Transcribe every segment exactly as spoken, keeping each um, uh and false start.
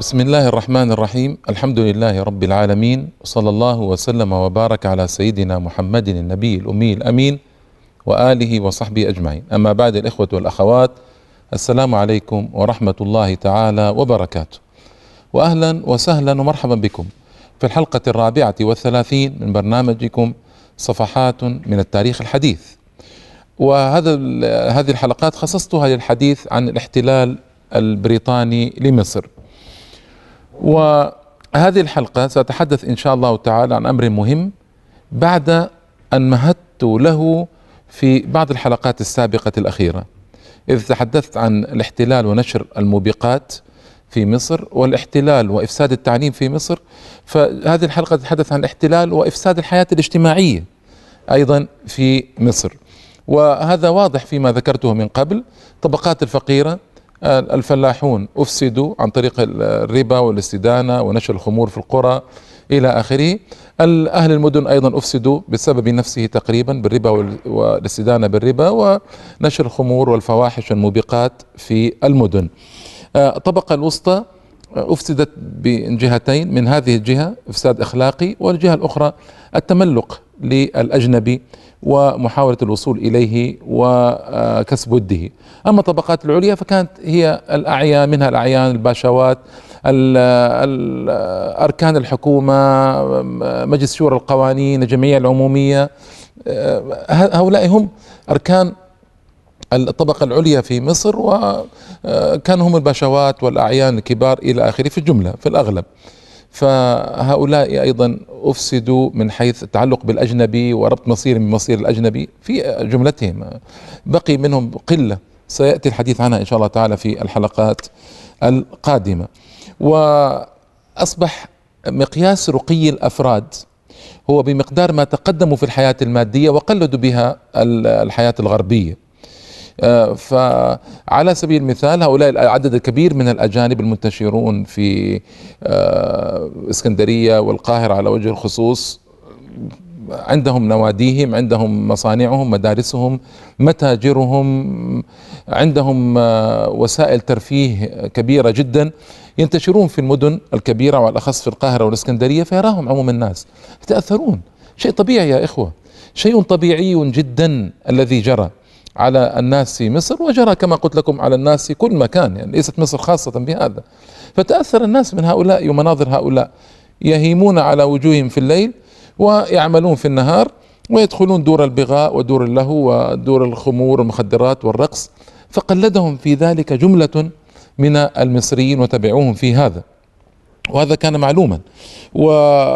بسم الله الرحمن الرحيم. الحمد لله رب العالمين، وصلى الله وسلم وبارك على سيدنا محمد النبي الأمي الأمين وآله وصحبه أجمعين. أما بعد، الإخوة والأخوات، السلام عليكم ورحمة الله تعالى وبركاته، وأهلا وسهلا ومرحبا بكم في الحلقة الرابعة والثلاثين من برنامجكم صفحات من التاريخ الحديث. وهذا هذه الحلقات خصصتها للحديث عن الاحتلال البريطاني لمصر. وهذه الحلقة سأتحدث إن شاء الله تعالى عن أمر مهم بعد أن مهدت له في بعض الحلقات السابقة الأخيرة، إذ تحدثت عن الاحتلال ونشر الموبقات في مصر، والاحتلال وإفساد التعليم في مصر. فهذه الحلقة تتحدث عن الاحتلال وإفساد الحياة الاجتماعية أيضا في مصر. وهذا واضح فيما ذكرته من قبل. طبقات الفقيرة، الفلاحون أفسدوا عن طريق الربا والاستدانة ونشر الخمور في القرى إلى آخره. أهل المدن أيضا أفسدوا بسبب نفسه تقريبا، بالربا والاستدانة بالربا ونشر الخمور والفواحش والموبقات في المدن. الطبقة الوسطى أفسدت بجهتين، من هذه الجهة إفساد أخلاقي، والجهة الأخرى التملق للأجنبي ومحاولة الوصول إليه وكسب وده. أما الطبقات العليا فكانت هي الأعيان، منها الأعيان، الباشوات، أركان الحكومة، مجلس شورى القوانين، الجمعية العمومية. هؤلاء هم أركان الطبقة العليا في مصر، وكانوا هم الباشوات والأعيان الكبار إلى آخره في الجملة في الأغلب. فهؤلاء أيضا أفسدوا من حيث التعلق بالأجنبي وربط مصيرهم بمصير الأجنبي في جملتهم. بقي منهم قلة سيأتي الحديث عنها إن شاء الله تعالى في الحلقات القادمة. وأصبح مقياس رقي الأفراد هو بمقدار ما تقدموا في الحياة المادية وقلدوا بها الحياة الغربية. فعلى سبيل المثال، هؤلاء العدد الكبير من الأجانب المنتشرون في اسكندرية والقاهرة على وجه الخصوص، عندهم نواديهم، عندهم مصانعهم، مدارسهم، متاجرهم، عندهم وسائل ترفيه كبيرة جدا، ينتشرون في المدن الكبيرة والأخص في القاهرة والاسكندرية، فيراهم عموم الناس يتأثرون. شيء طبيعي يا إخوة، شيء طبيعي جدا الذي جرى على الناس في مصر، وجرى كما قلت لكم على الناس في كل مكان، يعني ليست مصر خاصة بهذا. فتأثر الناس من هؤلاء ومناظر هؤلاء، يهيمون على وجوههم في الليل ويعملون في النهار، ويدخلون دور البغاء ودور اللهو ودور الخمور والمخدرات والرقص. فقلدهم في ذلك جملة من المصريين وتبعوهم في هذا، وهذا كان معلوما. و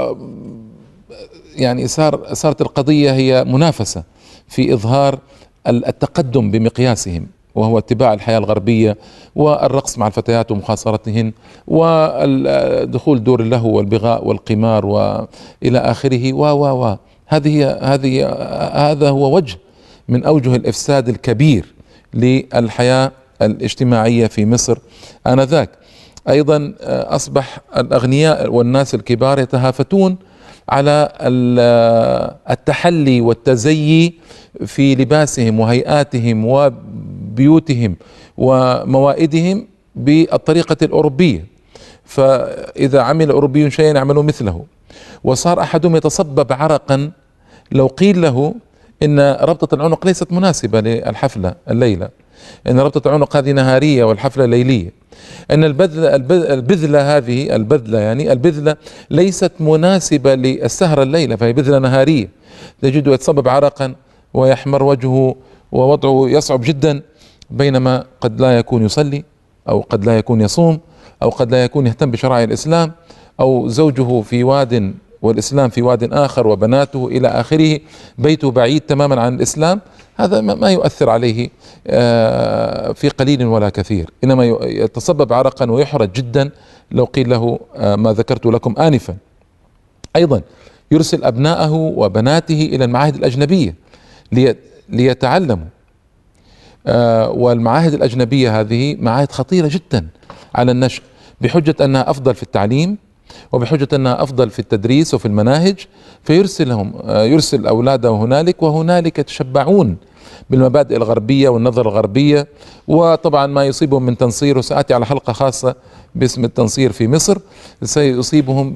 يعني صار صارت القضية هي منافسة في إظهار التقدم بمقياسهم، وهو اتباع الحياة الغربية والرقص مع الفتيات ومخاصرتهن والدخول دور اللهو والبغاء والقمار وإلى آخره. و و و هذه هذه هذا هو وجه من أوجه الإفساد الكبير للحياة الاجتماعية في مصر آنذاك. أيضا أصبح الأغنياء والناس الكبار يتهافتون على التحلي والتزيي في لباسهم وهيئاتهم وبيوتهم وموائدهم بالطريقة الأوروبية، فإذا عمل أوروبي شيئا يعملوا مثله. وصار أحدهم يتصبب عرقا لو قيل له إن ربطة العنق ليست مناسبة للحفلة الليلة، إن ربطة العنق هذه نهارية والحفلة ليلية، أن البذلة البذلة هذه البذلة يعني البذلة ليست مناسبة للسهرة الليلة، فهي بذلة نهارية. تجده يتصبب عرقا ويحمر وجهه ووضعه يصعب جدا، بينما قد لا يكون يصلي، أو قد لا يكون يصوم، أو قد لا يكون يهتم بشرائع الإسلام، أو زوجه في واد والإسلام في واد آخر وبناته إلى آخره، بيته بعيد تماما عن الإسلام. هذا ما يؤثر عليه في قليل ولا كثير، إنما يتصبب عرقا ويحرج جدا لو قيل له ما ذكرت لكم آنفا. أيضا يرسل أبناءه وبناته إلى المعاهد الأجنبية ليتعلموا، والمعاهد الأجنبية هذه معاهد خطيرة جدا على النشء، بحجة أنها أفضل في التعليم وبحجة أنها أفضل في التدريس وفي المناهج، فيرسلهم يرسل أولاده هنالك، وهنالك يتشبعون بالمبادئ الغربية والنظرة الغربية، وطبعا ما يصيبهم من تنصير، وسآتي على حلقة خاصة باسم التنصير في مصر، سيصيبهم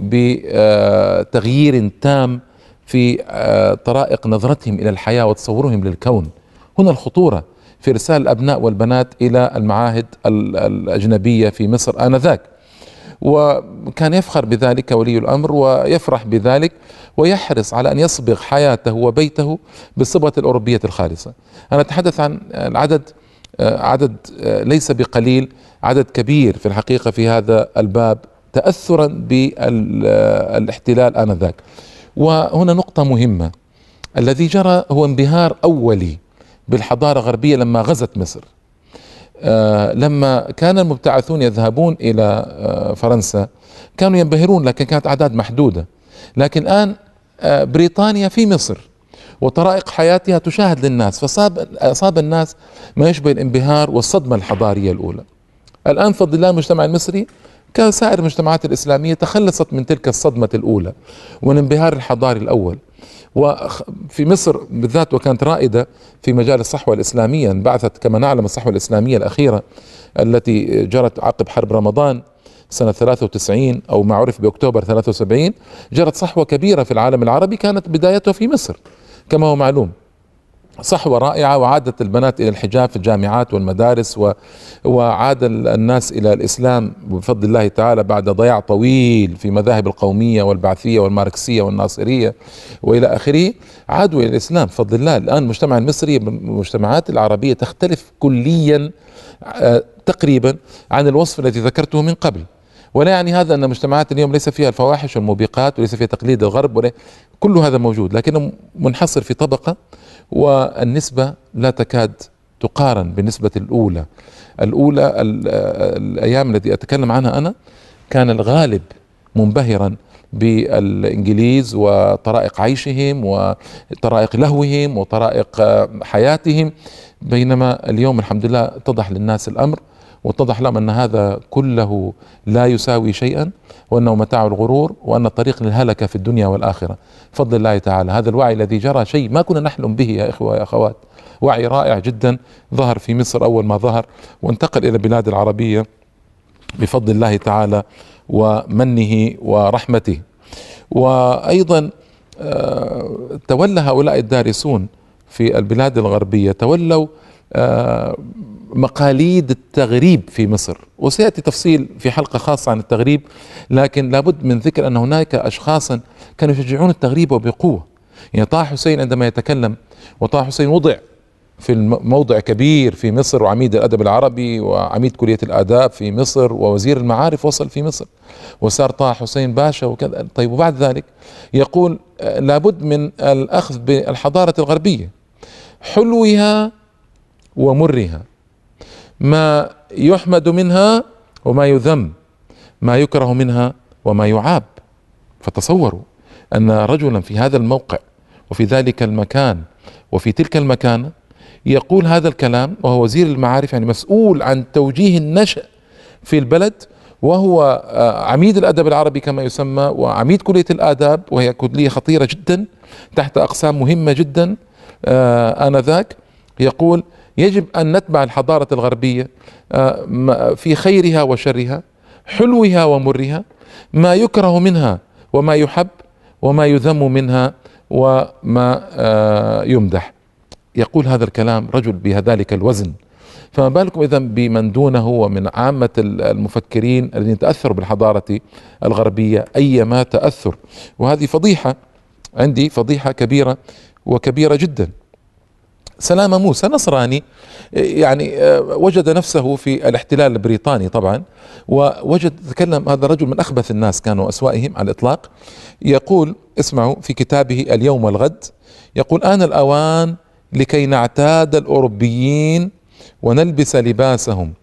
بتغيير تام في طرائق نظرتهم إلى الحياة وتصورهم للكون. هنا الخطورة في إرسال الأبناء والبنات إلى المعاهد الأجنبية في مصر آنذاك، وكان يفخر بذلك ولي الأمر ويفرح بذلك ويحرص على أن يصبغ حياته وبيته بالصبغة الأوروبية الخالصة. أنا أتحدث عن العدد، عدد ليس بقليل، عدد كبير في الحقيقة في هذا الباب تأثرا بالاحتلال آنذاك. وهنا نقطة مهمة، الذي جرى هو انبهار أولي بالحضارة الغربية لما غزت مصر. آه لما كان المبتعثون يذهبون إلى آه فرنسا كانوا ينبهرون، لكن كانت أعداد محدودة. لكن الآن آه بريطانيا في مصر وطرائق حياتها تشاهد للناس، فصاب أصاب الناس ما يشبه الانبهار والصدمة الحضارية الأولى. الآن بفضل الله المجتمع المصري كسائر المجتمعات الإسلامية تخلصت من تلك الصدمة الأولى والانبهار الحضاري الأول. وفي مصر بالذات، وكانت رائدة في مجال الصحوة الإسلامية، انبعثت كما نعلم الصحوة الإسلامية الأخيرة التي جرت عقب حرب رمضان سنة ثلاثة وتسعين أو ما عرف بأكتوبر ثلاثة وسبعين، جرت صحوة كبيرة في العالم العربي كانت بدايتها في مصر كما هو معلوم، صحوة رائعة، وعادت البنات إلى الحجاب في الجامعات والمدارس، و... وعاد الناس إلى الإسلام بفضل الله تعالى بعد ضياع طويل في مذاهب القومية والبعثية والماركسية والناصرية وإلى آخره، عادوا إلى الإسلام بفضل الله. الآن المجتمع المصري المجتمعات العربية تختلف كليا تقريبا عن الوصف الذي ذكرته من قبل. ولا يعني هذا أن المجتمعات اليوم ليس فيها الفواحش والموبقات وليس فيها تقليد الغرب، ولا كل هذا موجود، لكنه منحصر في طبقة، والنسبة لا تكاد تقارن بالنسبة الأولى. الأولى الأيام التي أتكلم عنها أنا كان الغالب منبهرا بالإنجليز وطرائق عيشهم وطرائق لهوهم وطرائق حياتهم، بينما اليوم الحمد لله اتضح للناس الأمر، واتضح لهم أن هذا كله لا يساوي شيئا، وأنه متاع الغرور، وأن الطريق للهلكة في الدنيا والآخرة بفضل الله تعالى. هذا الوعي الذي جرى شيء ما كنا نحلم به يا إخوة يا أخوات، وعي رائع جدا ظهر في مصر أول ما ظهر، وانتقل إلى البلاد العربية بفضل الله تعالى ومنه ورحمته. وأيضا تولى هؤلاء الدارسون في البلاد الغربية تولوا مقاليد التغريب في مصر، وسيأتي تفصيل في حلقة خاصة عن التغريب، لكن لابد من ذكر أن هناك أشخاصا كانوا يشجعون التغريب وبقوة. يعني طه حسين عندما يتكلم، وطه حسين وضع في موضع كبير في مصر، وعميد الأدب العربي وعميد كلية الآداب في مصر ووزير المعارف وصل في مصر، وصار طه حسين باشا وكذا. طيب وبعد ذلك يقول لابد من الأخذ بالحضارة الغربية، حلوها ومرها، ما يحمد منها وما يذم، ما يكره منها وما يعاب. فتصوروا أن رجلا في هذا الموقع وفي ذلك المكان وفي تلك المكانة يقول هذا الكلام، وهو وزير المعارف، يعني مسؤول عن توجيه النشء في البلد، وهو عميد الأدب العربي كما يسمى، وعميد كلية الآداب، وهي كلية خطيرة جدا تحت أقسام مهمة جدا آنذاك. يقول يجب أن نتبع الحضارة الغربية في خيرها وشرها، حلوها ومرها، ما يكره منها وما يحب، وما يذم منها وما يمدح. يقول هذا الكلام رجل بذلك الوزن، فما بالكم إذا بمن دونه ومن عامة المفكرين الذين تأثروا بالحضارة الغربية أيما تأثر. وهذه فضيحة عندي، فضيحة كبيرة وكبيرة جدا. سلامة موسى نصراني، يعني وجد نفسه في الاحتلال البريطاني طبعا، ووجد تكلم هذا الرجل من أخبث الناس كانوا أسوأهم على الإطلاق. يقول اسمعوا في كتابه اليوم والغد، يقول آن الأوان لكي نعتاد الأوروبيين ونلبس لباسهم